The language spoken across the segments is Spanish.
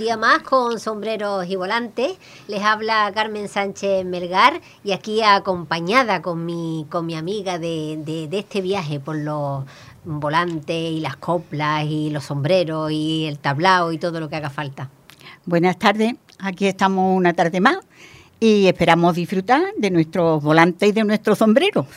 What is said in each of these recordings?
día más con sombreros y volantes. Les habla Carmen Sánchez Melgar y aquí acompañada con mi amiga de este viaje por los volantes y las coplas y los sombreros y el tablao y todo lo que haga falta. Buenas tardes, aquí estamos una tarde más y esperamos disfrutar de nuestros volantes y de nuestros sombreros.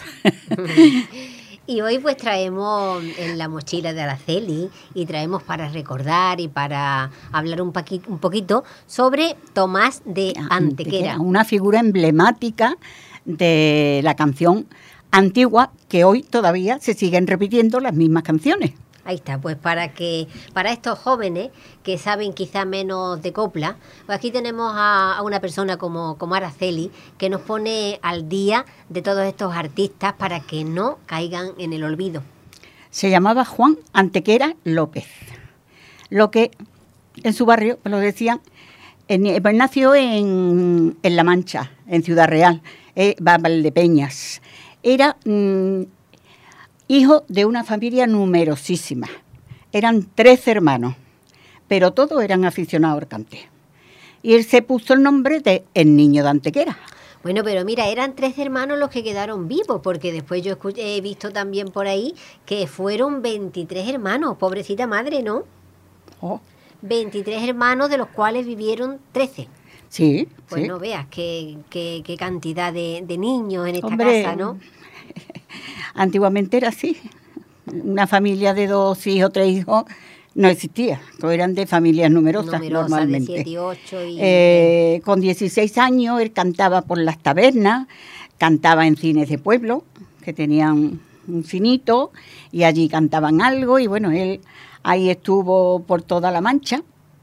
Y hoy pues traemos en la mochila de Araceli y traemos para recordar y para hablar un poquito sobre Tomás de Antequera. Una figura emblemática de la canción antigua que hoy todavía se siguen repitiendo las mismas canciones. Ahí está, pues para estos jóvenes que saben quizá menos de copla, pues aquí tenemos a una persona como Araceli que nos pone al día de todos estos artistas para que no caigan en el olvido. Se llamaba Juan Antequera López. Lo que en su barrio, pues lo decían, pues nació en La Mancha, en Ciudad Real, Valdepeñas. Era hijo de una familia numerosísima. Eran 13 hermanos, pero todos eran aficionados al cante. Y él se puso el nombre de El Niño de Antequera. Bueno, pero mira, eran 13 hermanos los que quedaron vivos, porque después yo he visto también por ahí que fueron 23 hermanos. Pobrecita madre, ¿no? Oh. 23 hermanos, de los cuales vivieron 13. Sí. Pues sí. No veas qué cantidad de niños en esta casa, ¿no? Antiguamente era así. Una familia de 2 hijos, 3 hijos no existía. Todos eran de familias numerosas normalmente. De 7 y 8 con 16 años él cantaba por las tabernas, cantaba en cines de pueblo, que tenían un cinito, y allí cantaban algo, y bueno, él ahí estuvo por toda La Mancha.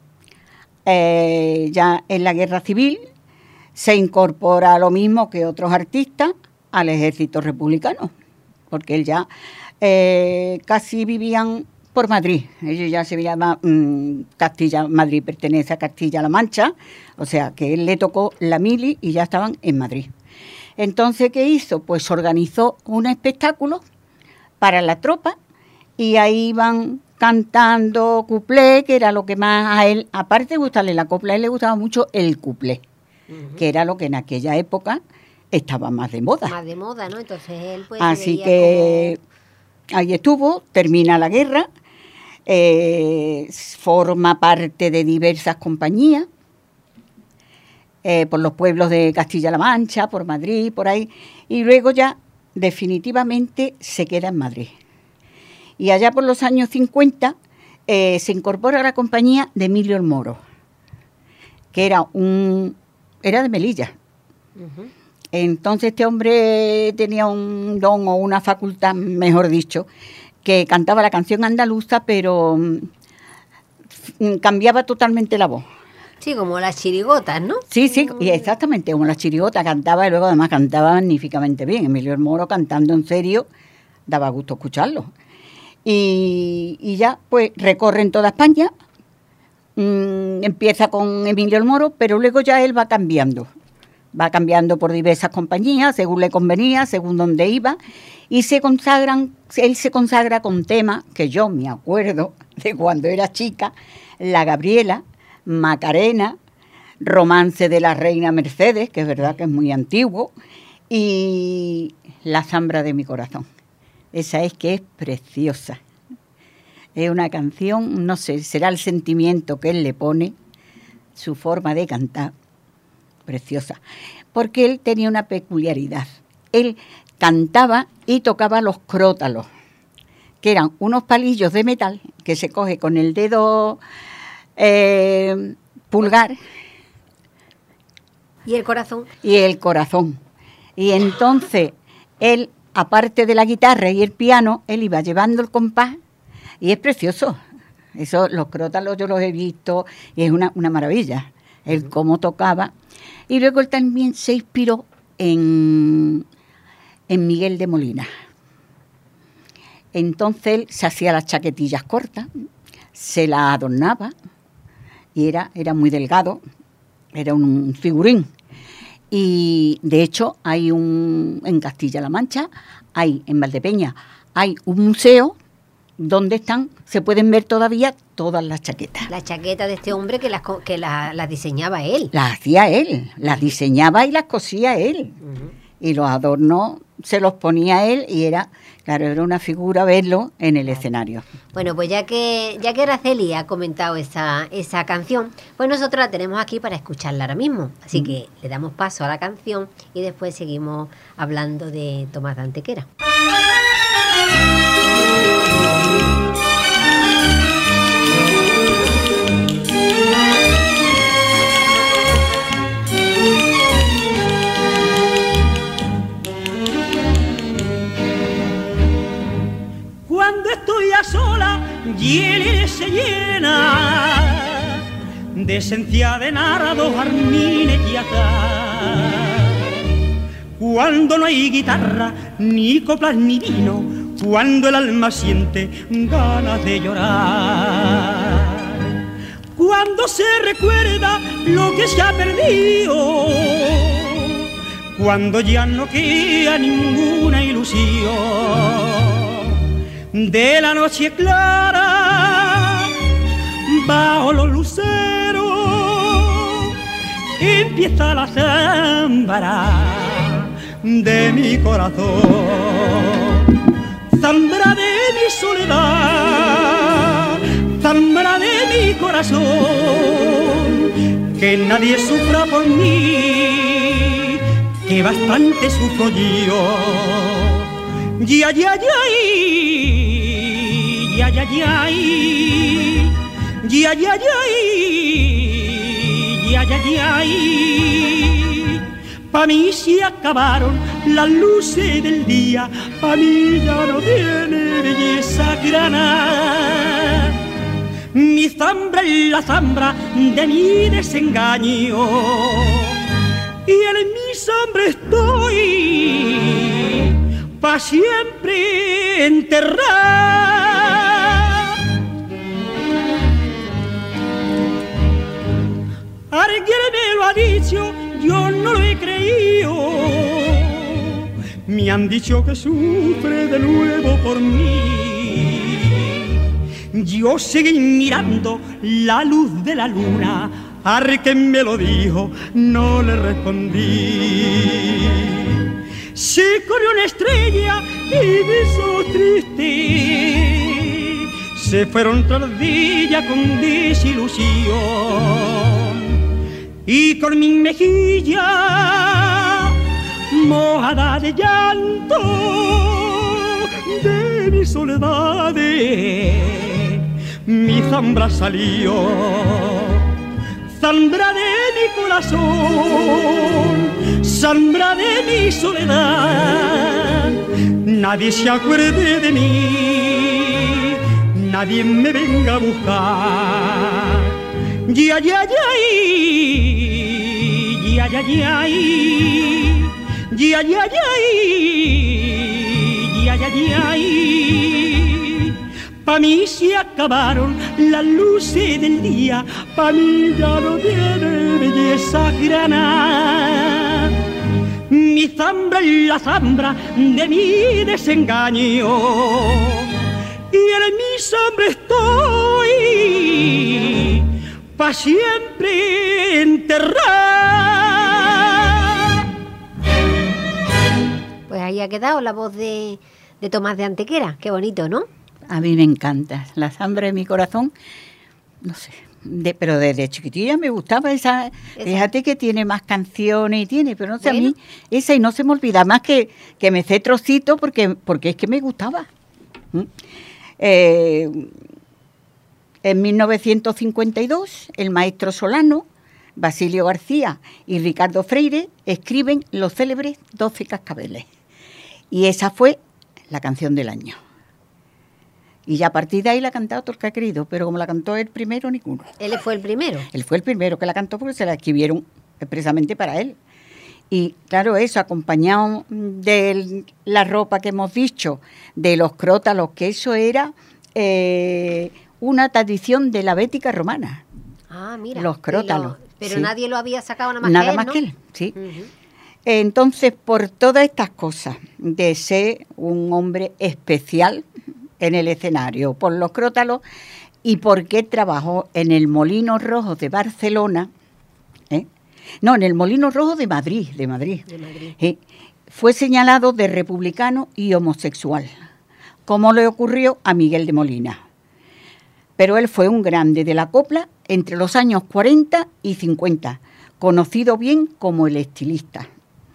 Ya en la Guerra Civil se incorpora lo mismo que otros artistas al ejército republicano, porque él ya casi vivían por Madrid. Ellos ya se llama Madrid pertenece a Castilla-La Mancha, o sea que él le tocó la mili y ya estaban en Madrid. Entonces, ¿qué hizo? Pues organizó un espectáculo para la tropa y ahí iban cantando cuplé, que era lo que más a él, aparte de gustarle la copla, a él le gustaba mucho el cuplé, que era lo que en aquella época estaba más de moda. Más de moda, ¿no? Entonces él pues así que ahí estuvo, termina la guerra, forma parte de diversas compañías, por los pueblos de Castilla-La Mancha, por Madrid, por ahí, y luego ya definitivamente se queda en Madrid. Y allá por los años 50 se incorpora a la compañía de Emilio el Moro, que era de Melilla. Uh-huh. Entonces este hombre tenía un don o una facultad, mejor dicho, que cantaba la canción andaluza, pero cambiaba totalmente la voz. Sí, como las chirigotas, ¿no? Sí, exactamente, como las chirigotas cantaba, y luego además cantaba magníficamente bien. Emilio el Moro, cantando en serio, daba gusto escucharlo. Y ya pues recorren toda España, empieza con Emilio el Moro, pero luego ya él va cambiando por diversas compañías, según le convenía, según donde iba, y él se consagra con temas que yo me acuerdo de cuando era chica: La Gabriela, Macarena, Romance de la Reina Mercedes, que es verdad que es muy antiguo, y La Zambra de mi corazón. Esa es que es preciosa. Es una canción, no sé, será el sentimiento que él le pone, su forma de cantar, preciosa. Porque él tenía una peculiaridad. Él cantaba y tocaba los crótalos, que eran unos palillos de metal que se coge con el dedo pulgar. ¿Y el corazón? Y el corazón. Y entonces él, aparte de la guitarra y el piano, él iba llevando el compás, y es precioso. Eso, los crótalos yo los he visto y es una maravilla, él cómo tocaba. Y luego él también se inspiró en Miguel de Molina. Entonces él se hacía las chaquetillas cortas, se las adornaba, y era muy delgado, era un figurín. Y de hecho hay en Castilla-La Mancha, en Valdepeñas, hay un museo donde están, se pueden ver todavía todas las chaquetas. La chaqueta de este hombre que las diseñaba él. Las hacía él, las diseñaba y las cosía él. Uh-huh. Y los adornos se los ponía él y era una figura verlo en el escenario. Bueno, pues ya que Araceli ha comentado esa canción, pues nosotros la tenemos aquí para escucharla ahora mismo. Así que le damos paso a la canción y después seguimos hablando de Tomás de Antequera. Cuando estoy a sola y el aire se llena de esencia de nardos, armines y azar. Cuando no hay guitarra, ni coplas ni vino, cuando el alma siente ganas de llorar. Cuando se recuerda lo que se ha perdido, cuando ya no queda ninguna ilusión. De la noche clara, bajo los luceros, empieza la zambra de mi corazón. Zambra de mi soledad, zambra de mi corazón, que nadie sufra por mí, que bastante sufro yo. Ya, ya, ya, ya, ya, ya, ya, ya, ya, ya, ya. Pa' mí se acabaron las luces del día, pa' mí ya no tiene belleza granada. Mi zambra es la zambra de mi desengaño, y en mi zambra estoy pa' siempre enterrada. Alguien me lo ha dicho, yo no lo he creído. Me han dicho que sufre de nuevo por mí. Yo seguí mirando la luz de la luna, al que me lo dijo no le respondí. Se corrió una estrella y mis ojos tristes se fueron tras ella con desilusión, y con mi mejilla mojada de llanto de mi soledad mi zambra salió. Zambra de mi corazón, zambra de mi soledad, nadie se acuerde de mí, nadie me venga a buscar. Ya, ya, ya, ya, ya, ya, ya, ya, ya, ya, ya. Pa' mí se acabaron las luces del día, pa' mí ya no tiene belleza granada. Mi zambra es la zambra de mi desengaño, y en mi zambra estoy pa' siempre enterrada. Pues ahí ha quedado la voz de Tomás de Antequera, qué bonito, ¿no? A mí me encanta, la zambra de mi corazón, no sé, pero desde chiquitilla me gustaba esa. Fíjate que tiene más canciones y pero no sé, bueno, a mí esa, y no se me olvida más que me sé trocito porque es que me gustaba. En 1952, el maestro Solano, Basilio García y Ricardo Freire escriben los célebres 12 cascabeles, y esa fue la canción del año. Y ya a partir de ahí la ha cantado todo el que ha querido, pero como la cantó él primero, ninguno. ¿Él fue el primero? Él fue el primero que la cantó porque se la escribieron expresamente para él. Y claro, eso, acompañado de la ropa que hemos dicho, de los crótalos, que eso era una tradición de la Bética romana. Ah, mira. Los crótalos. Pero sí, nadie lo había sacado nada más más que que él, él, ¿no? sí. Uh-huh. Entonces, por todas estas cosas, de ser un hombre especial, en el escenario, por los crótalos y porque trabajó en el Molino Rojo de Barcelona, no, en el Molino Rojo de Madrid. Fue señalado de republicano y homosexual, como le ocurrió a Miguel de Molina. Pero él fue un grande de la copla entre los años 40 y 50, conocido bien como el estilista.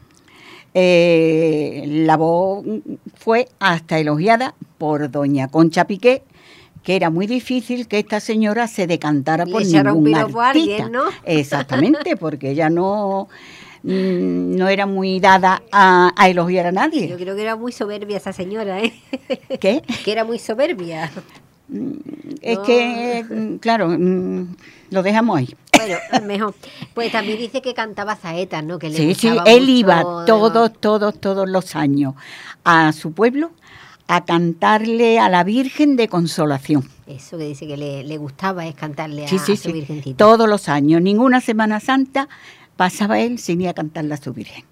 La voz fue hasta elogiada por doña Concha Piqué, que era muy difícil que esta señora se decantara por ningún artista. Alguien, ¿no? Exactamente, porque ella no era muy dada a elogiar a nadie. Yo creo que era muy soberbia esa señora, ¿eh? ¿Qué? Que era muy soberbia. Es que, claro, lo dejamos ahí. Bueno, mejor. Pues también dice que cantaba saetas, ¿no? Que le sí, gustaba él mucho iba todos los años a su pueblo a cantarle a la Virgen de Consolación. Eso que dice que le gustaba es cantarle a su Virgencita. Todos los años, ninguna Semana Santa pasaba él sin ir a cantarle a su Virgen.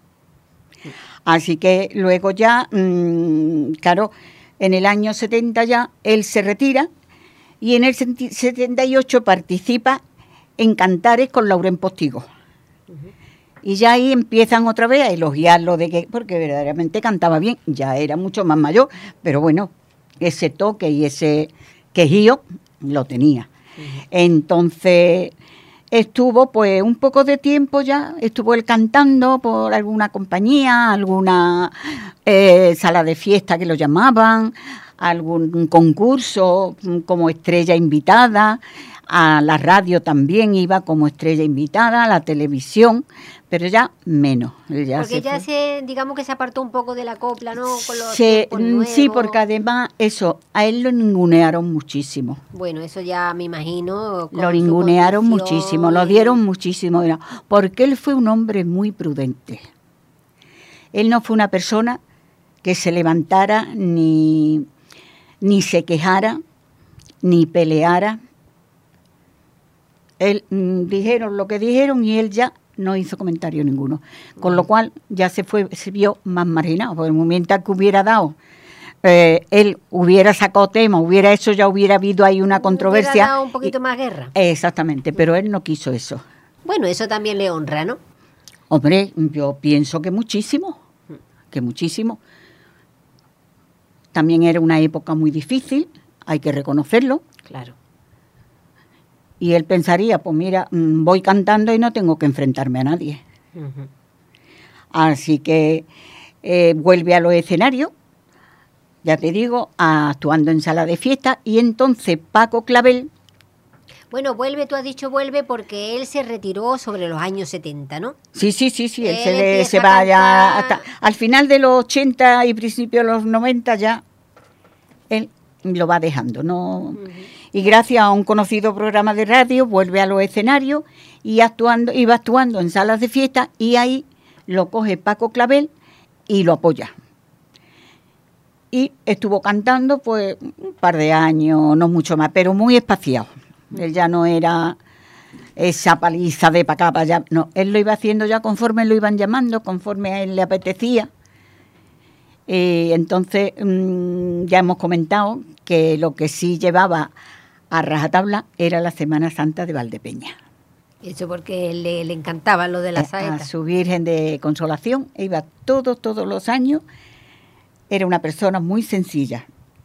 Así que luego ya, claro, en el año 70 ya él se retira y en el 78 participa en Cantares con Laurén Postigo. Y ya ahí empiezan otra vez a elogiarlo porque verdaderamente cantaba bien, ya era mucho más mayor, pero bueno, ese toque y ese quejío lo tenía. Entonces estuvo pues un poco de tiempo ya, estuvo él cantando por alguna compañía, alguna sala de fiesta que lo llamaban, algún concurso como estrella invitada, a la radio también iba como estrella invitada, a la televisión, pero ya menos. Porque ya digamos que se apartó un poco de la copla, ¿no? Con los sí, porque además eso, a él lo ningunearon muchísimo. Bueno, eso ya me imagino. Lo ningunearon muchísimo, lo dieron muchísimo, porque él fue un hombre muy prudente. Él no fue una persona que se levantara ni se quejara, ni peleara. Él dijeron lo que dijeron y él ya no hizo comentario ninguno, con lo cual ya se vio más marginado, porque en el momento que hubiera dado, él hubiera sacado tema, hubiera hecho, ya hubiera habido ahí una controversia. Hubiera dado un poquito más guerra. Exactamente, pero él no quiso eso. Bueno, eso también le honra, ¿no? Hombre, yo pienso que muchísimo. También era una época muy difícil, hay que reconocerlo. Claro. Y él pensaría, pues mira, voy cantando y no tengo que enfrentarme a nadie. Así que vuelve a los escenarios, ya te digo, actuando en sala de fiesta, y entonces Paco Clavel... Bueno, tú has dicho vuelve porque él se retiró sobre los años 70, ¿no? Sí, él se va ya hasta al final de los 80 y principios de los 90 ya, él lo va dejando, ¿no? Y gracias a un conocido programa de radio vuelve a los escenarios y iba actuando en salas de fiesta, y ahí lo coge Paco Clavel y lo apoya. Y estuvo cantando pues un par de años, no mucho más, pero muy espaciado. Él ya no era esa paliza de para acá, para allá. No, él lo iba haciendo ya conforme lo iban llamando, conforme a él le apetecía. Entonces, ya hemos comentado que lo que sí llevaba a rajatabla era la Semana Santa de Valdepeña. Eso porque le encantaba lo de la saeta. A su Virgen de Consolación, iba todos los años. Era una persona muy sencilla.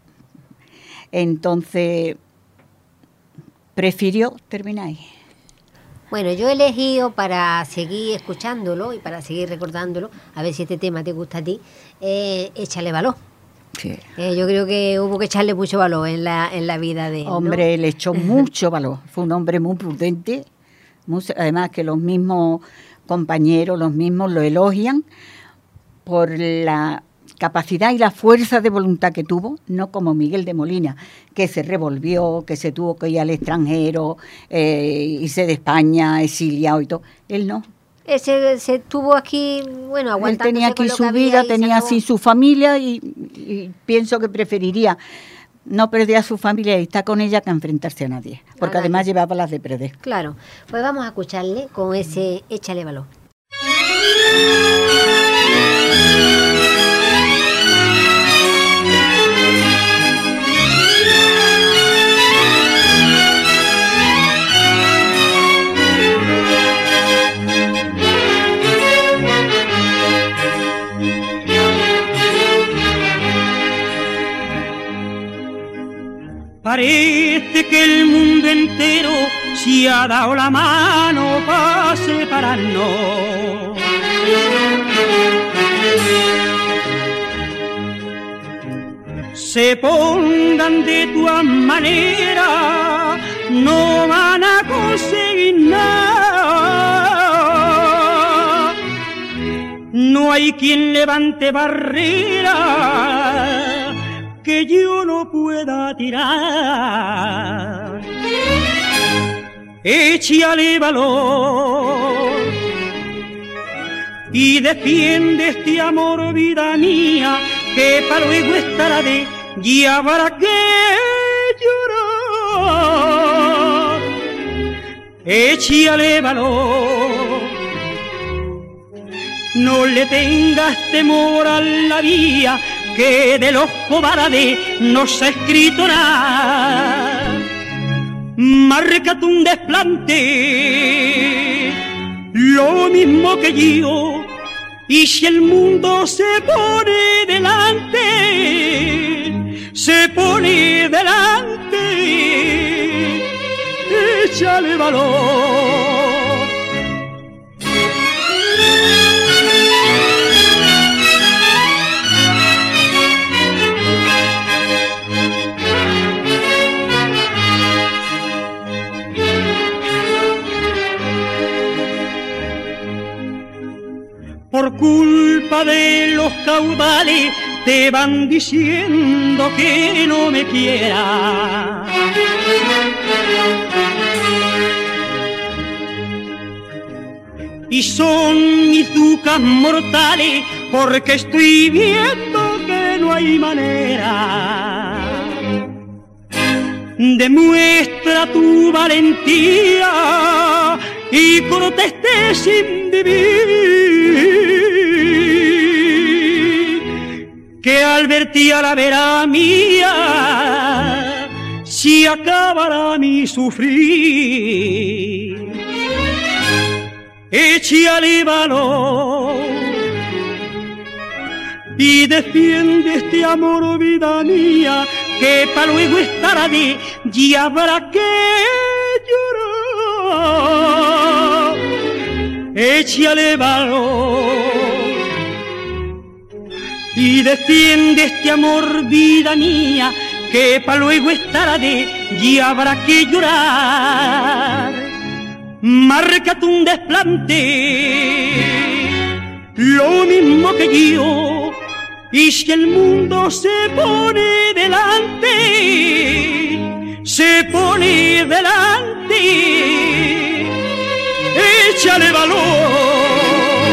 Entonces, prefirió terminar ahí. Bueno, yo he elegido para seguir escuchándolo y para seguir recordándolo, a ver si este tema te gusta a ti, échale valor. Sí. Yo creo que hubo que echarle mucho valor en la vida de él, ¿no? Hombre, le echó mucho valor. Fue un hombre muy prudente. Además que los mismos compañeros, los mismos lo elogian por la capacidad y la fuerza de voluntad que tuvo, no como Miguel de Molina, que se revolvió, que se tuvo que ir al extranjero, irse de España, exiliado y todo. Él no. Se estuvo aquí, bueno, aguantándose. Él tenía aquí su vida, tenía así su familia y pienso que preferiría no perder a su familia y estar con ella que enfrentarse a nadie, porque además llevaba las de perder. Claro, pues vamos a escucharle con ese échale valor. parece que el mundo entero se ha dado la mano para separarnos. Se pongan de todas maneras, no van a conseguir nada. No hay quien levante barrera que yo no pueda tirar. Échale valor y defiende este amor, vida mía, que para luego estará de y habrá que llorar. Échale valor, no le tengas temor a la vía, que de los cobardes no se ha escrito nada. Márcate un desplante, lo mismo que yo, y si el mundo se pone delante, échale valor. Por culpa de los caudales te van diciendo que no me quieras. Y son mis ducas mortales porque estoy viendo que no hay manera. Demuestra tu valentía y contesté sin vivir, que al verte a la vera mía se acabará mi sufrir. Échale valor y defiende este amor, vida mía, que para luego estará de y habrá que llorar. Échale valor y defiende este amor, vida mía, que para luego estará de y habrá que llorar. Márcate un desplante, lo mismo que yo, y si el mundo se pone delante, échale valor.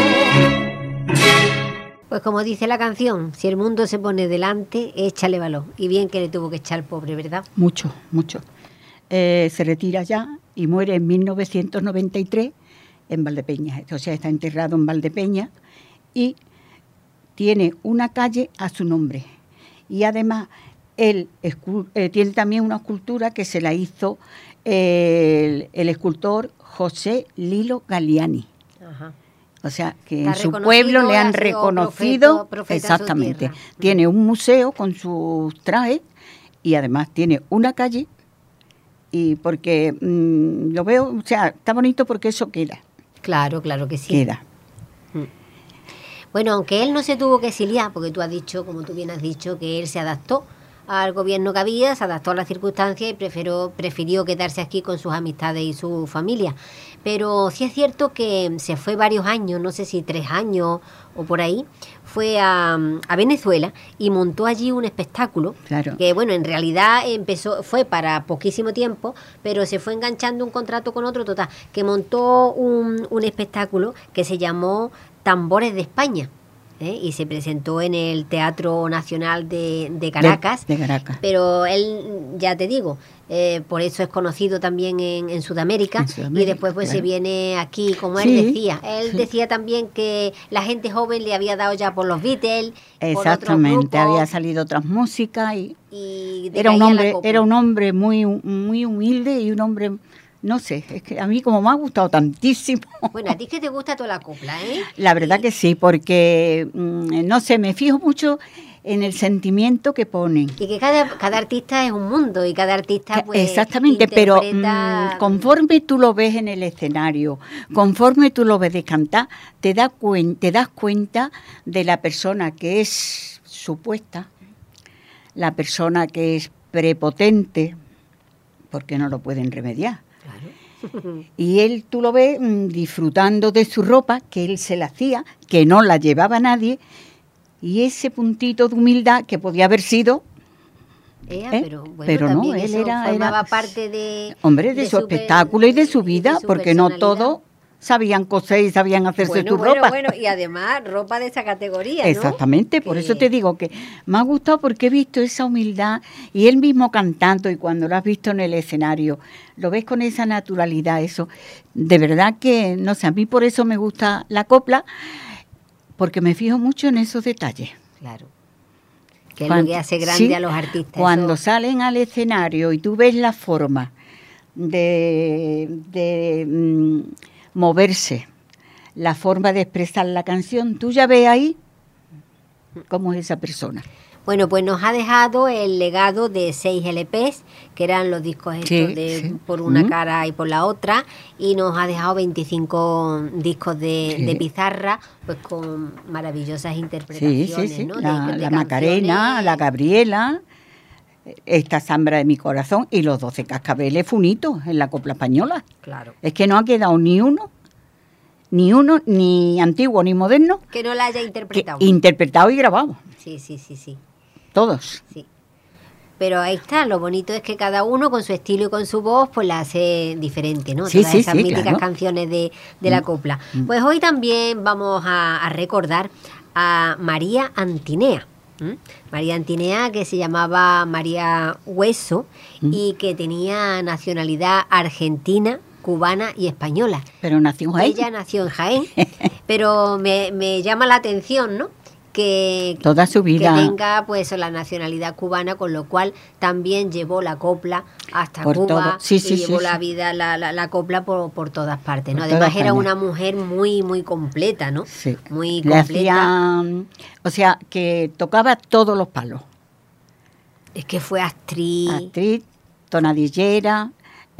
Pues como dice la canción, si el mundo se pone delante, échale valor. Y bien que le tuvo que echar el pobre, ¿verdad? Mucho, mucho. Se retira ya y muere en 1993 en Valdepeñas. O sea, está enterrado en Valdepeñas y tiene una calle a su nombre. Y además, él tiene también una escultura que se la hizo el escultor José Lilo Galiani. Ajá. O sea, que en su pueblo le han reconocido profeta exactamente. Tiene un museo con sus trajes y además tiene una calle, y porque lo veo, o sea, está bonito porque eso queda. Claro, claro que sí. Queda. Bueno, aunque él no se tuvo que exiliar, porque tú has dicho, como tú bien has dicho, que él se adaptó al gobierno que había, se adaptó a las circunstancias y prefirió quedarse aquí con sus amistades y su familia. Pero sí es cierto que se fue varios años, no sé si 3 años o por ahí, fue a Venezuela y montó allí un espectáculo. Claro. Que bueno, en realidad fue para poquísimo tiempo, pero se fue enganchando un contrato con otro, total, que montó un espectáculo que se llamó Tambores de España. Y se presentó en el Teatro Nacional de Caracas. De Caracas. Pero él, ya te digo, por eso es conocido también en Sudamérica, y después pues se viene aquí, como él decía. Él decía también que la gente joven le había dado ya por los Beatles. Exactamente, había salido otras músicas y era un hombre muy, muy humilde y un hombre... No sé, es que a mí como me ha gustado tantísimo. Bueno, a ti que te gusta toda la copla, ¿eh? La verdad que sí, porque, no sé, me fijo mucho en el sentimiento que ponen. Y que cada artista es un mundo y cada artista pues exactamente, pero interpreta... conforme tú lo ves en el escenario, conforme tú lo ves de cantar, te das cuenta de la persona que es supuesta, la persona que es prepotente, porque no lo pueden remediar. Claro. Y él, tú lo ves disfrutando de su ropa, que él se la hacía, que no la llevaba nadie, y ese puntito de humildad que podía haber sido... Pero, bueno, pero no, él formaba parte de... Hombre, de su espectáculo y de su vida, porque no todos sabían coser y sabían hacerse su ropa. Bueno, y además ropa de esa categoría, ¿no? Exactamente, por eso te digo que me ha gustado porque he visto esa humildad y él mismo cantando, y cuando lo has visto en el escenario, lo ves con esa naturalidad, eso. De verdad que, no sé, a mí por eso me gusta la copla, porque me fijo mucho en esos detalles. Claro. Que es lo que hace grande a los artistas. Cuando salen al escenario y tú ves la forma de moverse, la forma de expresar la canción, tú ya ves ahí cómo es esa persona. Bueno, pues nos ha dejado el legado de 6 LPs, que eran los discos estos por una cara y por la otra, y nos ha dejado 25 discos de pizarra, pues con maravillosas interpretaciones, ¿no? La Macarena, la Gabriela, esta Zambra de mi corazón, y los 12 cascabeles fue un hito en la copla española. Claro. Es que no ha quedado ni uno, ni antiguo ni moderno, que no la haya interpretado. Interpretado y grabado. Sí. Todos. Sí. Pero ahí está, lo bonito es que cada uno con su estilo y con su voz pues la hace diferente, ¿no? Todas esas míticas canciones de la copla. Pues hoy también vamos a recordar a María Antinea. María Antinea, que se llamaba María Hueso y que tenía nacionalidad argentina, cubana y española. Pero nació en Jaén. Ella nació en Jaén, pero me llama la atención, ¿no? Que toda su vida que tenga pues la nacionalidad cubana, con lo cual también llevó la copla hasta por Cuba y llevó la vida la copla por todas partes, ¿no? Además era una mujer muy completa, ¿no? Sí. Muy completa. O sea, que tocaba todos los palos. Es que fue actriz, tonadillera,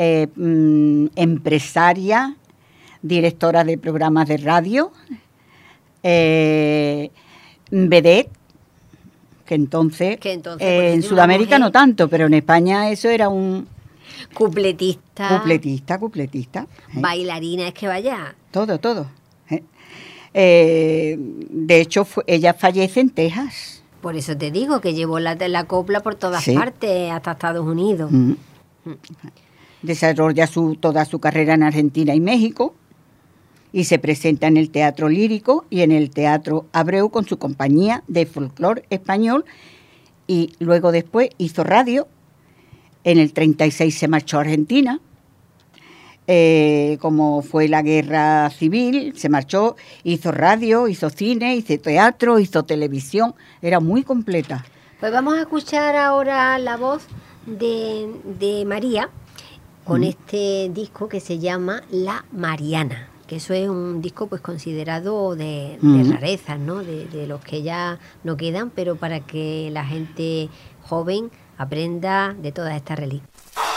empresaria, directora de programas de radio, vedette, que entonces pues, en Sudamérica no tanto, pero en España eso era un... Cupletista. Bailarina, es que vaya. Todo. De hecho, ella fallece en Texas. Por eso te digo que llevó la copla por todas partes, hasta Estados Unidos. Desarrolla toda su carrera en Argentina y México. Y se presenta en el Teatro Lírico y en el Teatro Abreu con su compañía de folclore español, y luego después hizo radio. En el 36 se marchó a Argentina, como fue la guerra civil, se marchó, hizo radio, hizo cine, hizo teatro, hizo televisión, era muy completa. Pues vamos a escuchar ahora la voz de María con este disco que se llama La Mariana, que eso es un disco pues considerado de rarezas, ¿no? De los que ya no quedan, pero para que la gente joven aprenda de todas estas reliquias.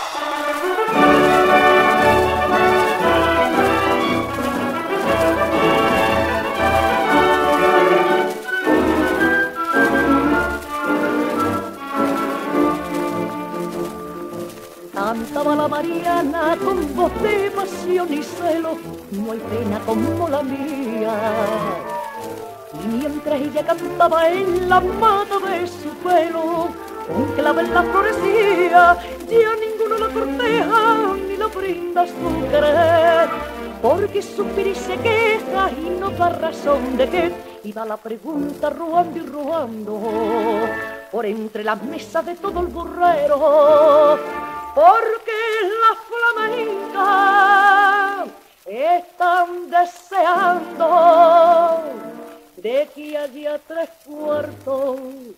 Cantaba la Mariana con voz de pasión y celo, no hay pena como la mía. Y mientras ella cantaba en la mata de su pelo, con clavel la florecía, ya ninguno la corteja ni la brinda su querer, porque suspira y se queja y no da razón de qué, y va la pregunta ruando y ruando por entre las mesas de todo el burrero, porque las flamencas están deseando de que haya 3/4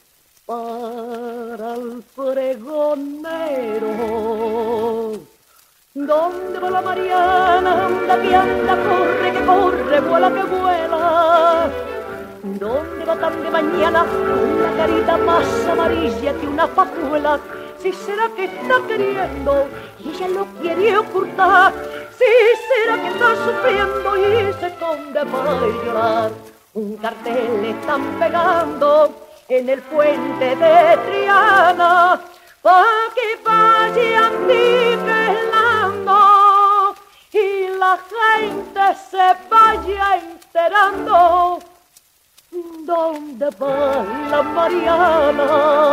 para el pregonero. ¿Dónde va la Mariana? Anda que anda, corre que corre, vuela que vuela. ¿Dónde va tan de mañana con la carita más amarilla que una fajuela? Si será que está queriendo y ella lo quiere ocultar, si será que está sufriendo y se esconde para llorar. Un cartel le están pegando en el puente de Triana pa' que vayan nivelando y la gente se vaya enterando. ¿Dónde va la Mariana?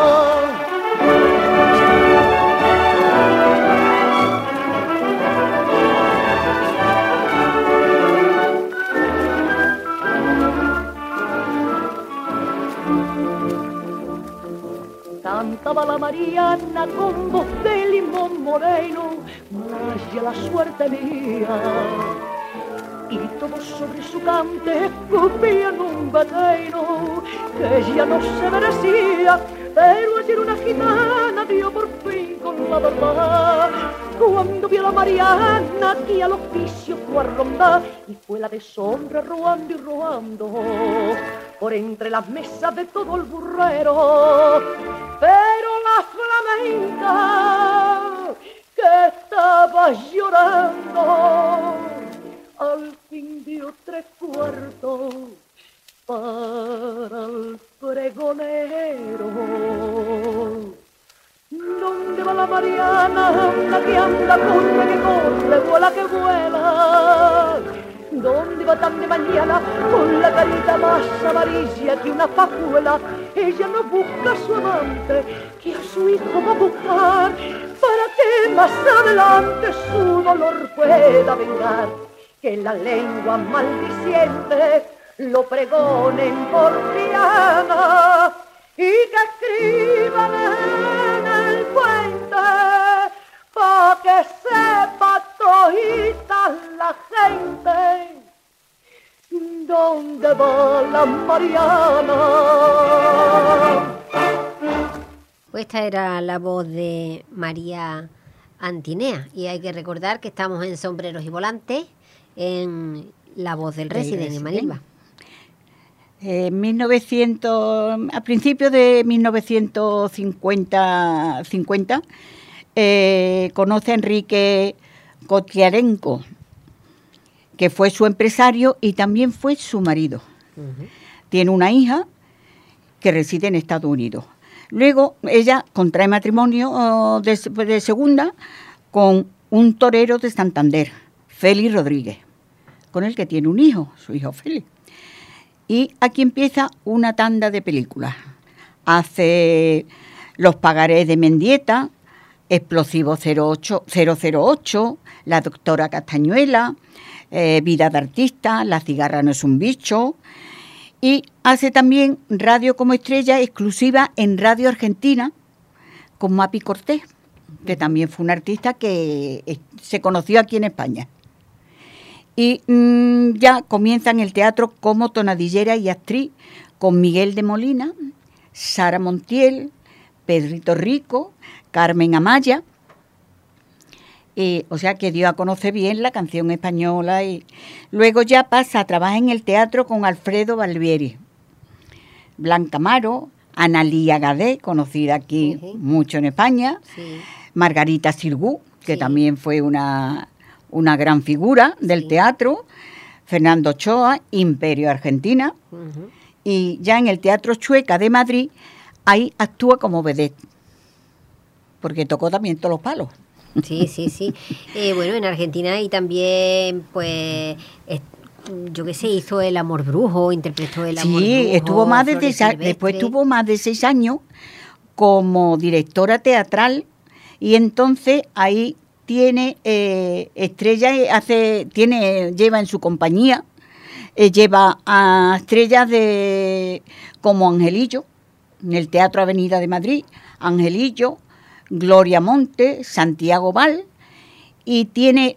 Cantaba la Mariana con voz de limón moreno, vaya la suerte mía. Y todos sobre su cante escupían un veneno que ya no se merecía. Pero ayer una gitana dio por fin con la verdad, cuando vio a la Mariana que al oficio fue a rondar, y fue la deshonra robando y robando por entre las mesas de todo el burrero. Pero la flamenca que estaba llorando al fin dio 3/4 para el pregonero. ¿Dónde va la Mariana? La que anda, corre que corre, vuela que vuela. ¿Dónde va tan de mañana con la carita más amarilla que una fajuela? Ella no busca a su amante, que a su hijo va a buscar, para que más adelante su dolor pueda vengar. Que la lengua maldiciente lo pregonen por Triana y que escriban en el puente pa' que sepa todita la gente dónde va la Mariana. Pues esta era la voz de María Antinea y hay que recordar que estamos en Sombreros y Volantes, en La Voz del Resident, en Manilva. A principios de 1950 conoce a Enrique Kotiarenko, que fue su empresario y también fue su marido. Uh-huh. Tiene una hija que reside en Estados Unidos. Luego ella contrae matrimonio de segunda con un torero de Santander, Félix Rodríguez, con el que tiene un hijo, su hijo Félix. Y aquí empieza una tanda de películas. Hace Los pagarés de Mendieta, Explosivo 008, La doctora Castañuela, Vida de artista, La cigarra no es un bicho. Y hace también radio como estrella exclusiva en Radio Argentina con Mapi Cortés, que también fue un artista que se conoció aquí en España. Y ya comienza en el teatro como tonadillera y actriz con Miguel de Molina, Sara Montiel, Pedrito Rico, Carmen Amaya. O sea que dio a conocer bien la canción española. Y luego ya pasa a trabajar en el teatro con Alfredo Balbieri, Blanca Amaro, Analía Gadé, conocida aquí mucho en España, Margarita Sirgu, que también fue una gran figura del teatro, Fernando Ochoa, Imperio Argentina, y ya en el Teatro Chueca de Madrid, ahí actúa como vedette, porque tocó también todos los palos. Sí. Bueno, en Argentina y también, pues, yo qué sé, hizo El amor brujo, interpretó El amor brujo. Sí, después estuvo más de 6 años como directora teatral y entonces ahí tiene estrellas, lleva en su compañía, lleva a estrellas como Angelillo, en el Teatro Avenida de Madrid, Angelillo, Gloria Monte, Santiago Val, y tiene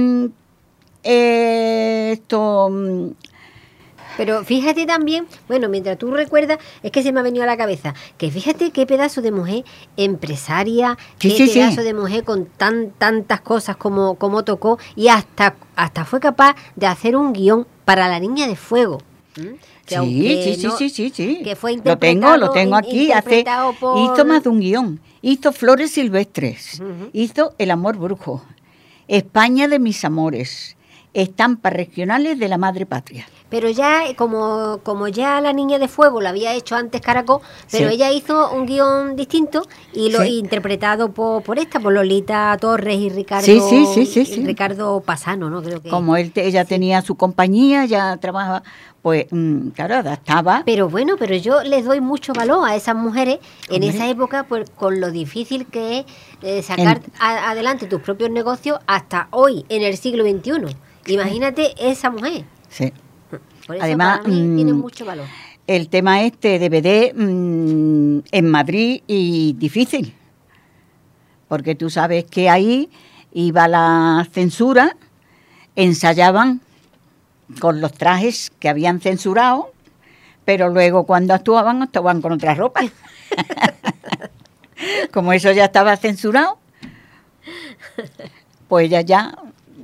Pero fíjate también, bueno, mientras tú recuerdas, es que se me ha venido a la cabeza, que fíjate qué pedazo de mujer empresaria, qué pedazo de mujer con tantas cosas como tocó, y hasta fue capaz de hacer un guión para La Niña de Fuego. Que aunque Sí. Que fue Lo tengo aquí. interpretado por... Hizo más de un guión. Hizo Flores Silvestres. Hizo El amor brujo. España de mis amores. Estampas regionales de la madre patria. Pero ya, como ya La niña de fuego lo había hecho antes Caracol, pero Sí. ella hizo un guión distinto y lo interpretado por Lolita Torres y Ricardo, Sí. Ricardo Pasano, ¿no? Creo que. Como ella tenía su compañía, ya trabajaba, pues claro, adaptaba. Pero bueno, pero yo les doy mucho valor a esas mujeres en Hombre. esa época, pues con lo difícil que es sacar adelante tus propios negocios hasta hoy, en el siglo XXI. Imagínate esa mujer. Sí. Por eso Además, para mí tiene mucho valor. El tema DVD en Madrid y difícil, porque tú sabes que ahí iba la censura, ensayaban con los trajes que habían censurado, pero luego cuando actuaban con otra ropa. Como eso ya estaba censurado, pues ellas ya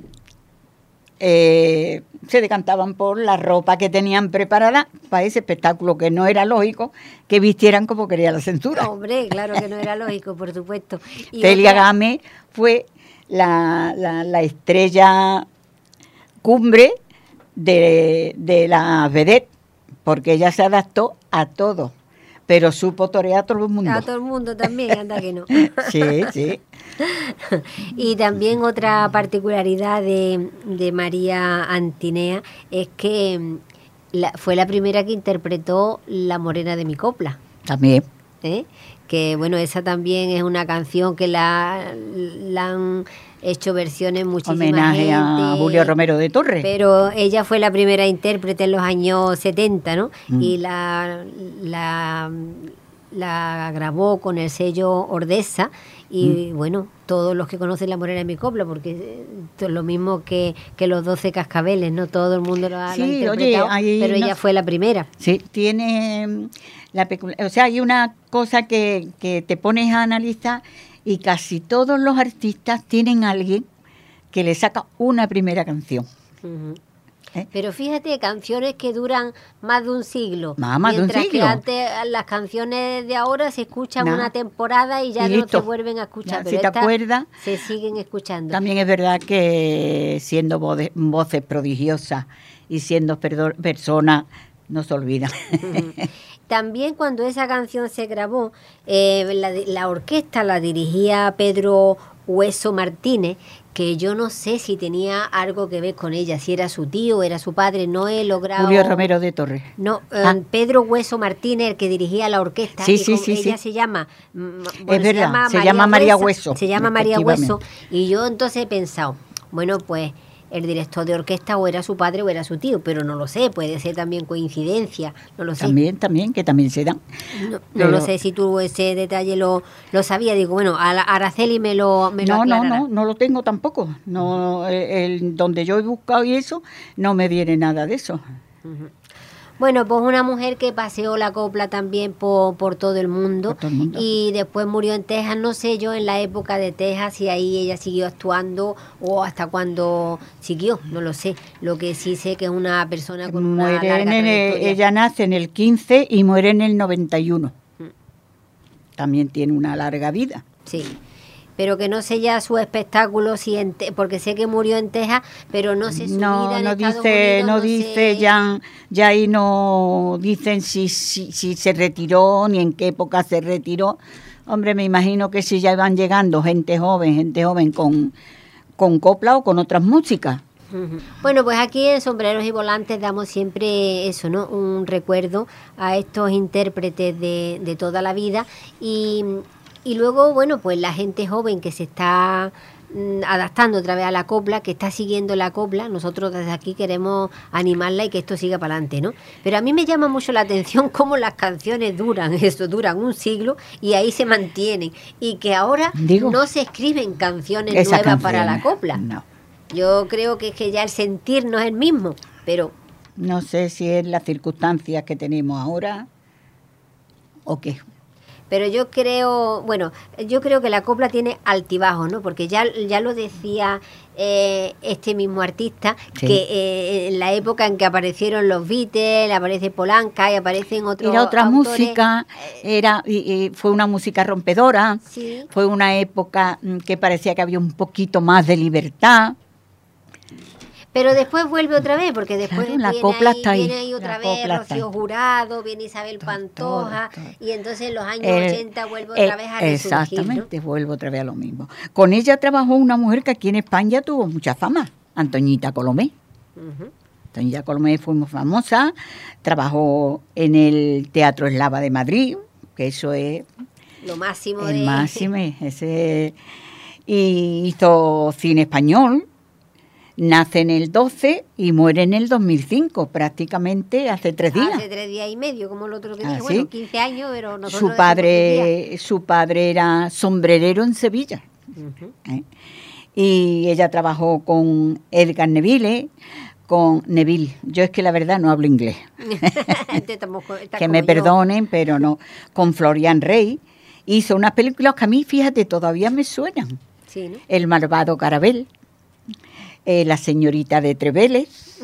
se decantaban por la ropa que tenían preparada para ese espectáculo, que no era lógico que vistieran como quería la censura. Hombre, claro que no era lógico, por supuesto. Y Celia otra- Gámez fue la estrella cumbre de la vedette, porque ella se adaptó a todo, pero supo torear a todo el mundo. A todo el mundo también, anda que no. Sí. Y también otra particularidad de María Antinea es que fue la primera que interpretó La morena de mi copla. También. ¿Eh? Que bueno, esa también es una canción que la han hecho versiones muchísima Homenaje a gente, Julio Romero de Torres. pero ella fue la primera intérprete en los años 70, ¿no? Y la grabó con el sello Ordesa y bueno, todos los que conocen La morena de mi copla, porque es lo mismo que los 12 cascabeles, ¿no? Todo el mundo lo ha Sí, interpretado, oye, ahí pero no- ella fue la primera. Sí, tiene o sea, hay una cosa que te pones a analizar y casi todos los artistas tienen a alguien que le saca una primera canción. Ujú. ¿Eh? Pero fíjate, canciones que duran más de un siglo. Más de un mientras siglo. que antes las canciones de ahora se escuchan Nada. una temporada y ya Y no listo. se vuelven a escuchar. Ya, pero si te estas acuerdas. se siguen escuchando. También es verdad que siendo voces prodigiosas y siendo personas, no se olvidan. También cuando esa canción se grabó, la orquesta la dirigía Pedro Hueso Martínez, que yo no sé si tenía algo que ver con ella, si era su tío, era su padre, no he logrado... Julio Romero de Torres. No, Ah. Pedro Hueso Martínez, el que dirigía la orquesta. Sí, y sí, como sí, ella sí. se llama... Es verdad, se llama María Hueso, Se llama María Hueso. efectivamente. Y yo entonces he pensado, bueno, pues el director de orquesta o era su padre o era su tío, pero no lo sé, puede ser también coincidencia, no lo sé. También, que también se dan. No Pero- lo sé si tú ese detalle lo sabía. Digo, bueno, Araceli me lo aclarará. No lo tengo tampoco. No, donde yo he buscado y eso, no me viene nada de eso. Bueno, pues una mujer que paseó la copla también por todo el mundo, Por todo el mundo. y después murió en Texas. No sé yo en la época de Texas si ahí ella siguió actuando o hasta cuando siguió, no lo sé. Lo que sí sé que es una persona con una Muere larga trayectoria. ella nace en el 15 y muere en el 91. También tiene una larga vida. Sí. Pero que no sé ya su espectáculo, si porque sé que murió en Texas, pero no sé su vida en No Estados dice, Unidos, no sé. dice ya ahí no dicen si se retiró ni en qué época se retiró. Hombre, me imagino que si ya iban llegando gente joven con copla o con otras músicas. Ujú. Bueno, pues aquí en Sombreros y Volantes damos siempre eso, ¿no? Un recuerdo a estos intérpretes de toda la vida y luego, bueno, pues la gente joven que se está adaptando otra vez a la copla, que está siguiendo la copla, nosotros desde aquí queremos animarla y que esto siga para adelante, ¿no? Pero a mí me llama mucho la atención cómo las canciones duran un siglo y ahí se mantienen y que ahora Digo, no se escriben canciones Esas nuevas para la canciones, copla. No. Yo creo que es que ya el sentir no es el mismo, pero No sé si es las circunstancias que tenemos ahora o qué. yo creo que la copla tiene altibajos, ¿no? Porque ya lo decía este mismo artista, Sí. que en la época en que aparecieron los Beatles, aparece Polanca y aparecen otros Era otra autores. música, fue una música rompedora, Sí. fue una época que parecía que había un poquito más de libertad. Pero después vuelve otra vez, porque después Claro, la viene, copla ahí, está ahí, viene ahí otra la vez copla está Rocío ahí. Jurado, viene Isabel Todo, Pantoja, todo. y entonces en los años 80 vuelve otra vez a resurgir, Exactamente, vuelvo otra vez a lo mismo. Con ella trabajó una mujer que aquí en España tuvo mucha fama, Antoñita Colomé. ¿no? Ujú. Antoñita Colomé fue muy famosa, trabajó en el Teatro Eslava de Madrid, que eso es Lo máximo el de... máximo, y hizo cine español. Nace en el 12 y muere en el 2005, prácticamente hace 3 días. Hace 3 días y medio, como el otro que dije. ¿Ah, Bueno, sí? 15 años, pero nosotros... Su padre era sombrerero en Sevilla. decimos que sí. ¿eh? Y ella trabajó con Edgar Neville, con Neville. Yo es que la verdad no hablo inglés. Este tampoco- está Que como me yo. perdonen, pero no. Con Florian Rey. Hizo unas películas que a mí, fíjate, todavía me suenan. Sí, ¿no? El malvado Carabel, La señorita de Treveles,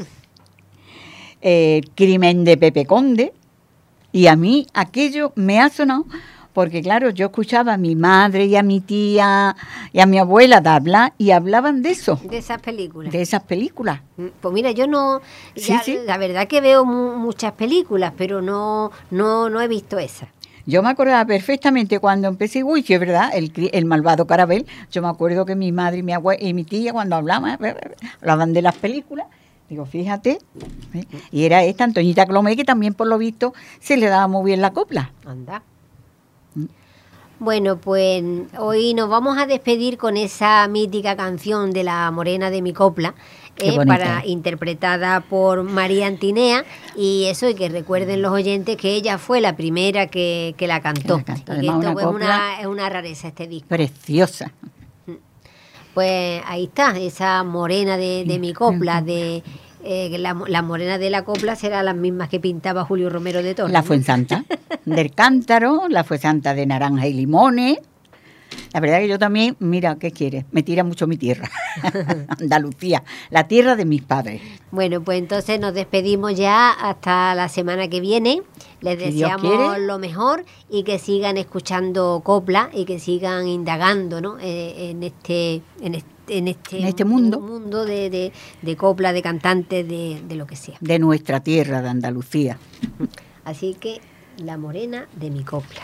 Crimen de Pepe Conde. Y a mí aquello me ha sonado porque, claro, yo escuchaba a mi madre y a mi tía y a mi abuela de hablar y hablaban de eso, De esas películas. de esas películas. Pues mira, yo no... Sí, ya, sí. La verdad que veo muchas películas, pero no he visto esa. Yo me acordaba perfectamente cuando empecé, uy, sí, es verdad, el malvado Carabel. Yo me acuerdo que mi madre y mi abuela y mi tía cuando hablaban de las películas, digo, fíjate, ¿eh? Y era esta Antoñita Colomé, que también por lo visto se le daba muy bien la copla. Anda. Bueno, pues hoy nos vamos a despedir con esa mítica canción de La Morena de mi copla, Qué bonita. interpretada por María Antinea, y eso, y que recuerden los oyentes que ella fue la primera que la cantó. Que la cantó. Y que Además, esto una pues, copla es una rareza, este disco. Preciosa. Pues ahí está, esa morena de mi copla, la morena de la copla será las mismas que pintaba Julio Romero de Torres. La ¿no? Fuensanta del Cántaro, la Fuensanta de Naranja y Limones. La verdad que yo también, mira, ¿qué quieres? Me tira mucho mi tierra, Andalucía, la tierra de mis padres. Bueno, pues entonces nos despedimos ya hasta la semana que viene. Les Si Dios deseamos quiere. lo mejor y que sigan escuchando copla y que sigan indagando, ¿no? En este mundo. de copla, de cantantes, de lo que sea. De nuestra tierra, de Andalucía. Así que la morena de mi copla.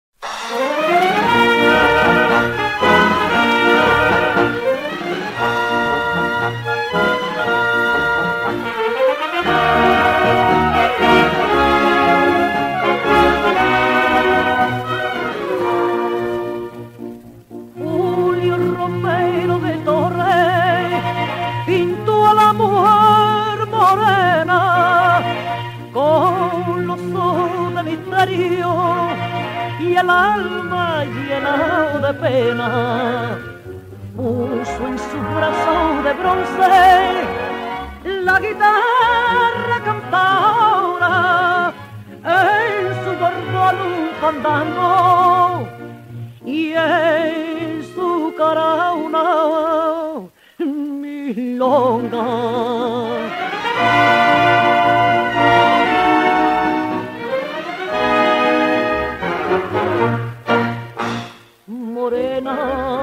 Julio Romero de Torres pintó a la mujer morena con los ojos de misterio y el alma llena de pena. Puso en su brazo de bronce la guitarra cantadora, en su bordón un fandango y en su cara una milonga. Morena,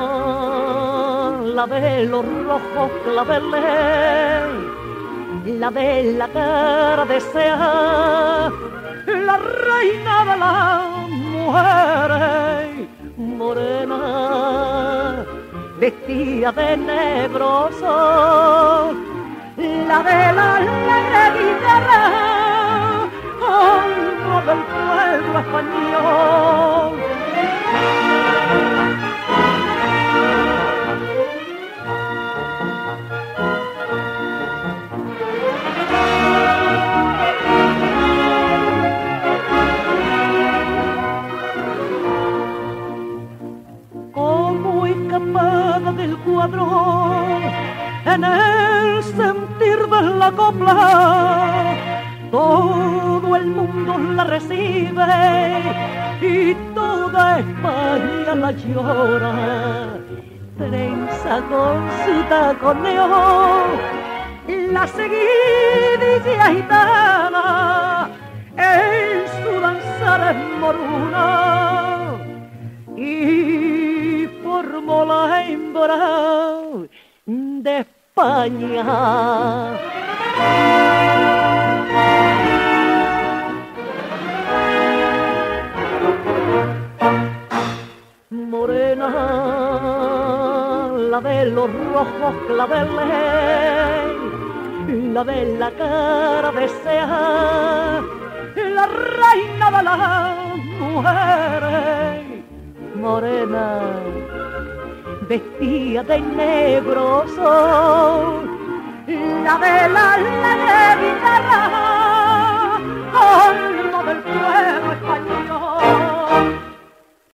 la de los rojos claveles, la de la cara desea, la reina de las mujeres, morena, vestida de negroso, la de la alegre guitarra, alma del pueblo español. Como escapada del cuadro, en el sentir de la copla, todo el mundo la recibe y toda España la llora. trenza con su taconeo, la seguidilla gitana en su danzar moruna y formó la hembra de España. Morena, la de los rojos claveles, la de la cara deseada, la reina de las mujeres. Morena, vestida de negro sol, la de la guitarra, con